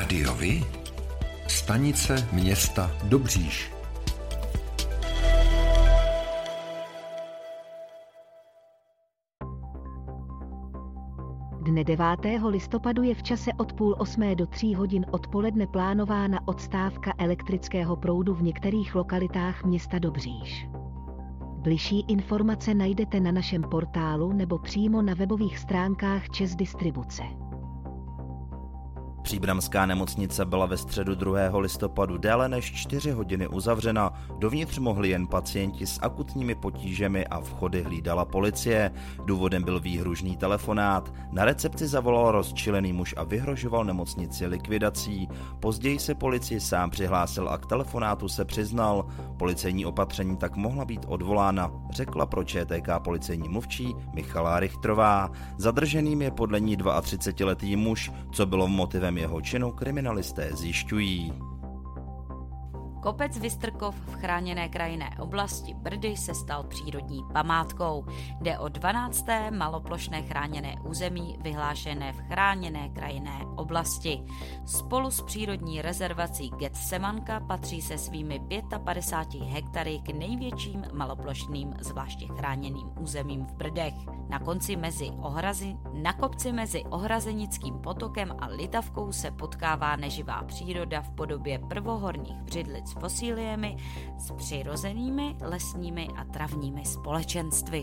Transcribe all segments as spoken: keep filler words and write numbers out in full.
Rádiovi? Stanice města Dobříš. Dne devátého listopadu je v čase od půl osmé do tří hodin odpoledne plánována odstávka elektrického proudu v některých lokalitách města Dobříš. Bližší informace najdete na našem portálu nebo přímo na webových stránkách ČEZ Distribuce. Příbramská nemocnice byla ve středu druhého listopadu déle než čtyři hodiny uzavřena. Dovnitř mohli jen pacienti s akutními potížemi a vchody hlídala policie. Důvodem byl výhružný telefonát. Na recepci zavolal rozčilený muž a vyhrožoval nemocnici likvidací. Později se policii sám přihlásil a k telefonátu se přiznal. Policejní opatření tak mohla být odvolána, řekla pro ČTK policejní mluvčí Michala Richtrová. Zadrženým je podle ní třicetiletý muž, co bylo motivem jeho činu, kriminalisté zjišťují. Kopec Vystrkov v chráněné krajinné oblasti Brdy se stal přírodní památkou. Jde o dvanácté maloplošné chráněné území vyhlášené v chráněné krajinné oblasti. Spolu s přírodní rezervací Getsemanka patří se svými padesát pět hektary k největším maloplošným zvláště chráněným územím v Brdech. Na konci mezi ohrazi, na kopci mezi Ohrazenickým potokem a Litavkou se potkává neživá příroda v podobě prvohorních břidlic fosíliemi s přirozenými lesními a travními společenstvy.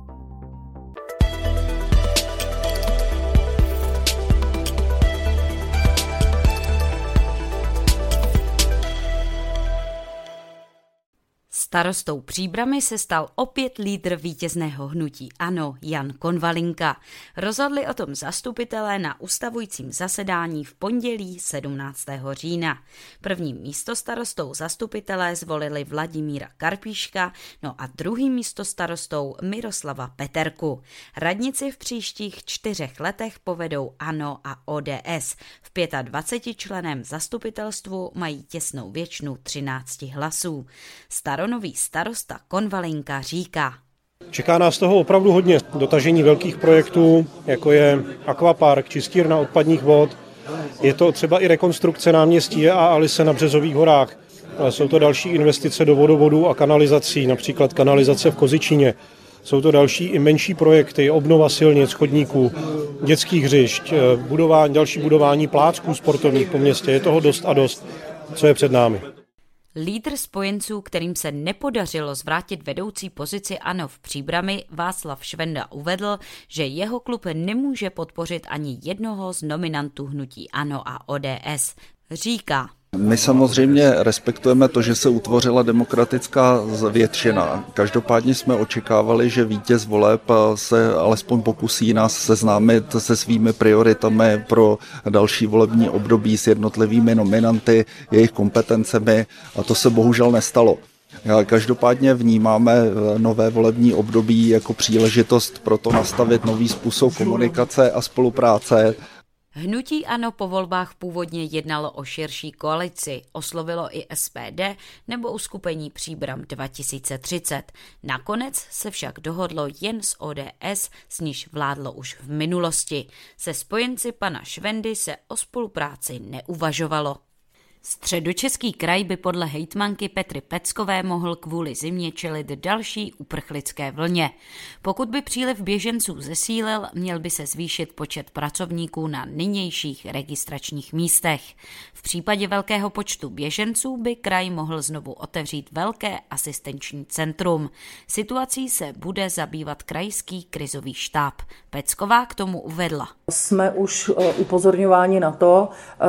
Starostou Příbrami se stal opět lídr vítězného hnutí ANO Jan Konvalinka. Rozhodli o tom zastupitelé na ustavujícím zasedání v pondělí sedmnáctého října. Prvním místostarostou zastupitelé zvolili Vladimíra Karpíška, no a druhým místostarostou Miroslava Peterku. Radnici v příštích čtyřech letech povedou ANO a O D S. V dvacetičlenném zastupitelstvu mají těsnou většinu třinácti hlasů. Staronový starosta Konvalinka říká: Čeká nás toho opravdu hodně. Dotažení velkých projektů, jako je akvapark, čistírna odpadních vod. Je to třeba i rekonstrukce náměstí a Alice na Březových horách. Ale jsou to další investice do vodovodů a kanalizací, například kanalizace v Kozičině. Jsou to další i menší projekty, obnova silnic, chodníků, dětských hřišť, budování, další budování plácků sportovních po městě. Je toho dost a dost, co je před námi. Lídr spojenců, kterým se nepodařilo zvrátit vedoucí pozici ANO v Příbrami, Václav Švenda uvedl, že jeho klub nemůže podpořit ani jednoho z nominantů hnutí ANO a O D S. Říká: My samozřejmě respektujeme to, že se utvořila demokratická většina. Každopádně jsme očekávali, že vítěz voleb se alespoň pokusí nás seznámit se svými prioritami pro další volební období s jednotlivými nominanty, jejich kompetencemi, a to se bohužel nestalo. Každopádně vnímáme nové volební období jako příležitost pro to nastavit nový způsob komunikace a spolupráce. Hnutí ANO po volbách původně jednalo o širší koalici, oslovilo i S P D nebo uskupení Příbram dva tisíce třicet. Nakonec se však dohodlo jen s O D S, s níž vládlo už v minulosti. Se spojenci pana Švendy se o spolupráci neuvažovalo. Středočeský kraj by podle hejtmanky Petry Peckové mohl kvůli zimě čelit další uprchlické vlně. Pokud by příliv běženců zesílil, měl by se zvýšit počet pracovníků na nynějších registračních místech. V případě velkého počtu běženců by kraj mohl znovu otevřít velké asistenční centrum. Situací se bude zabývat krajský krizový štáb. Pecková k tomu uvedla: Jsme už upozorňováni na to,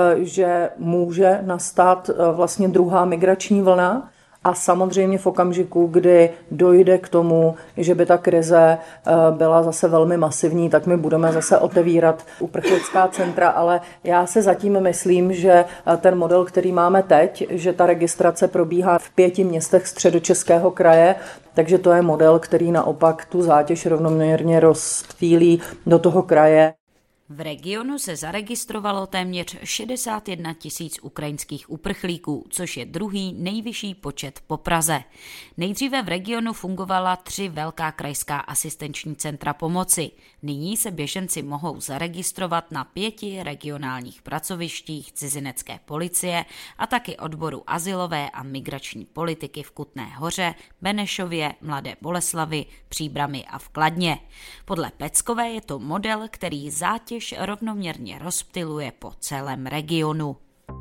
že může nastat vlastně druhá migrační vlna a samozřejmě v okamžiku, kdy dojde k tomu, že by ta krize byla zase velmi masivní, tak my budeme zase otevírat uprchlická centra, ale já se zatím myslím, že ten model, který máme teď, že ta registrace probíhá v pěti městech Středočeského kraje, takže to je model, který naopak tu zátěž rovnoměrně rozptýlí do toho kraje. V regionu se zaregistrovalo téměř šedesát jedna tisíc ukrajinských uprchlíků, což je druhý nejvyšší počet po Praze. Nejdříve v regionu fungovala tři velká krajská asistenční centra pomoci. Nyní se běženci mohou zaregistrovat na pěti regionálních pracovištích cizinecké policie a taky odboru azylové a migrační politiky v Kutné Hoře, Benešově, Mladé Boleslavi, Příbrami a v Kladně. Podle Peckové je to model, který zátěž rovnoměrně rozptyluje po celém regionu.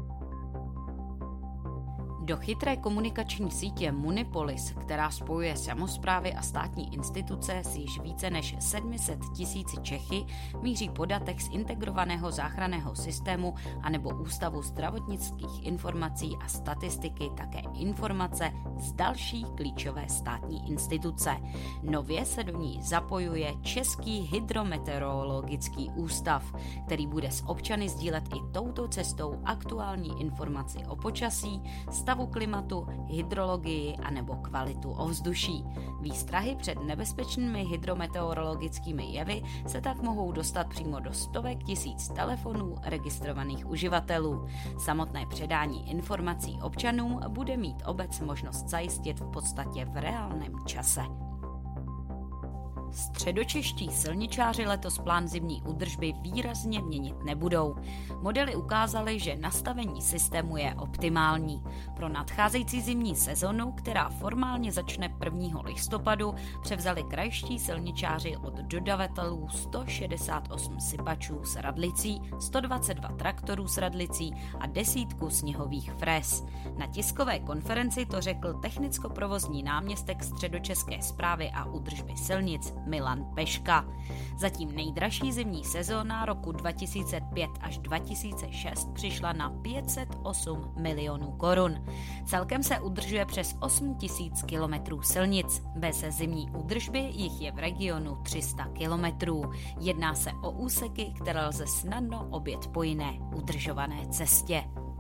Do chytré komunikační sítě Munipolis, která spojuje samosprávy a státní instituce s již více než sedm set tisíci Čechy, míří podatek z integrovaného záchranného systému anebo Ústavu zdravotnických informací a statistiky také informace z další klíčové státní instituce. Nově se do ní zapojuje Český hydrometeorologický ústav, který bude s občany sdílet i touto cestou aktuální informaci o počasí, stavu klimatu, hydrologii anebo kvalitu ovzduší. Výstrahy před nebezpečnými hydrometeorologickými jevy se tak mohou dostat přímo do stovek tisíc telefonů registrovaných uživatelů. Samotné předání informací občanům bude mít obec možnost zajistit v podstatě v reálném čase. Středočeští silničáři letos plán zimní údržby výrazně měnit nebudou. Modely ukázaly, že nastavení systému je optimální. Pro nadcházející zimní sezonu, která formálně začne prvního listopadu, převzali krajští silničáři od dodavatelů sto šedesát osm sypačů s radlicí, sto dvacet dva traktorů s radlicí a desítku sněhových fréz. Na tiskové konferenci to řekl technicko-provozní náměstek Středočeské správy a údržby silnic Milan Peška. Zatím nejdražší zimní sezóna roku dva tisíce pět až dva tisíce šest přišla na pět set osm milionů korun. Celkem se udržuje přes osm tisíc kilometrů silnic. Bez zimní údržby jich je v regionu tři sta kilometrů. Jedná se o úseky, které lze snadno objet po jiné udržované cestě.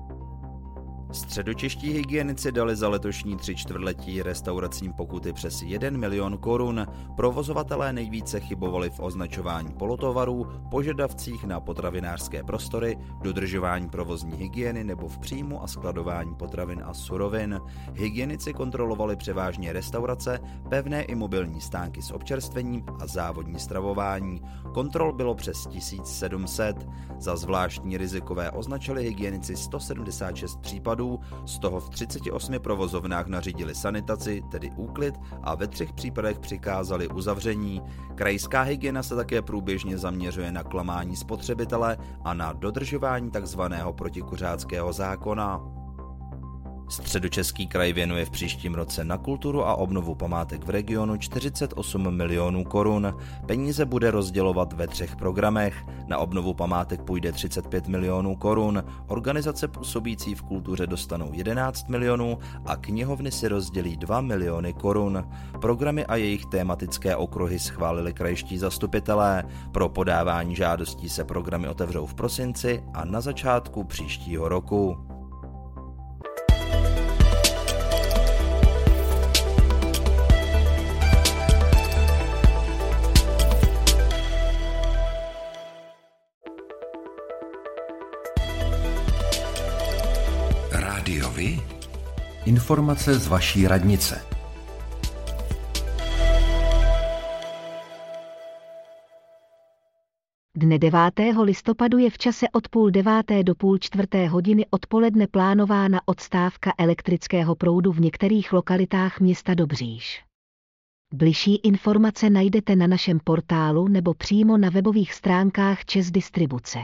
Středočeští hygienici dali za letošní tři čtvrtletí restauracím pokuty přes jeden milion korun. Provozovatelé nejvíce chybovali v označování polotovarů, požadavcích na potravinářské prostory, dodržování provozní hygieny nebo v příjmu a skladování potravin a surovin. Hygienici kontrolovali převážně restaurace, pevné i mobilní stánky s občerstvením a závodní stravování. Kontrol bylo přes tisíc sedm set. Za zvláštní rizikové označili hygienici sto sedmdesát šest případů, z toho v třiceti osmi provozovnách nařídili sanitaci, tedy úklid, a ve třech případech přikázali uzavření. Krajská hygiena se také průběžně zaměřuje na klamání spotřebitele a na dodržování tzv. Protikuřáckého zákona. Středočeský kraj věnuje v příštím roce na kulturu a obnovu památek v regionu čtyřicet osm milionů korun. Peníze bude rozdělovat ve třech programech. Na obnovu památek půjde třicet pět milionů korun, organizace působící v kultuře dostanou jedenáct milionů a knihovny si rozdělí dva miliony korun. Programy a jejich tématické okruhy schválili krajští zastupitelé. Pro podávání žádostí se programy otevřou v prosinci a na začátku příštího roku. Rádiovi? Informace z vaší radnice. Dne devátého listopadu je v čase od půl deváté do půl čtvrté hodiny odpoledne plánována odstávka elektrického proudu v některých lokalitách města Dobříš. Bližší informace najdete na našem portálu nebo přímo na webových stránkách ČEZ Distribuce.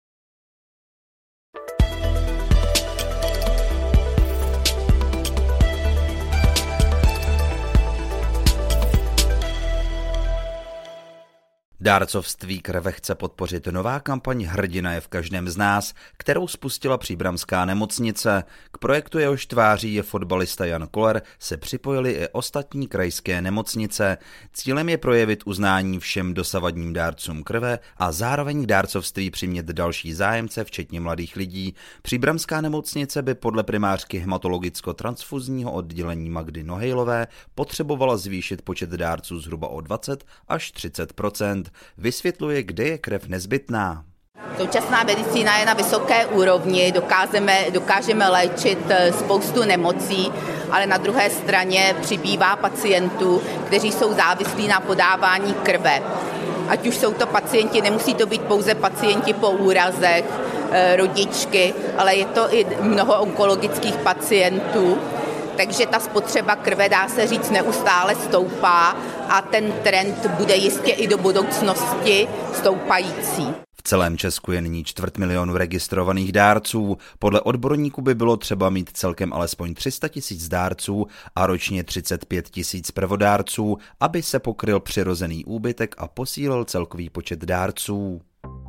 Dárcovství krve chce podpořit nová kampaň Hrdina je v každém z nás, kterou spustila příbramská nemocnice. K projektu jehož tváří je fotbalista Jan Koller se připojili i ostatní krajské nemocnice. Cílem je projevit uznání všem dosavadním dárcům krve a zároveň k dárcovství přimět další zájemce, včetně mladých lidí. Příbramská nemocnice by podle primářky hematologicko-transfuzního oddělení Magdy Nohejlové potřebovala zvýšit počet dárců zhruba o dvacet až třicet procent. Vysvětluje, kde je krev nezbytná. Současná medicína je na vysoké úrovni, dokážeme, dokážeme léčit spoustu nemocí, ale na druhé straně přibývá pacientů, kteří jsou závislí na podávání krve. Ať už jsou to pacienti, nemusí to být pouze pacienti po úrazech, rodičky, ale je to i mnoho onkologických pacientů. Takže ta spotřeba krve, dá se říct, neustále stoupá a ten trend bude jistě i do budoucnosti stoupající. V celém Česku je nyní čtvrt milionu registrovaných dárců. Podle odborníků by bylo třeba mít celkem alespoň tři sta tisíc dárců a ročně třicet pět tisíc prvodárců, aby se pokryl přirozený úbytek a posílil celkový počet dárců.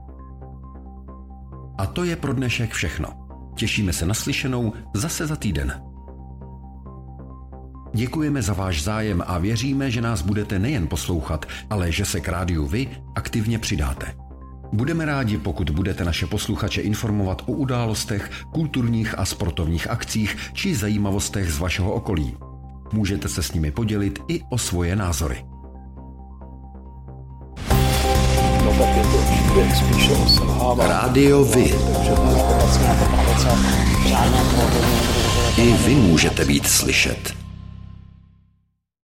A to je pro dnešek všechno. Těšíme se na slyšenou zase za týden. Děkujeme za váš zájem a věříme, že nás budete nejen poslouchat, ale že se k rádiu vy aktivně přidáte. Budeme rádi, pokud budete naše posluchače informovat o událostech, kulturních a sportovních akcích či zajímavostech z vašeho okolí. Můžete se s nimi podělit i o svoje názory. Rádio Vy. I vy můžete být slyšet.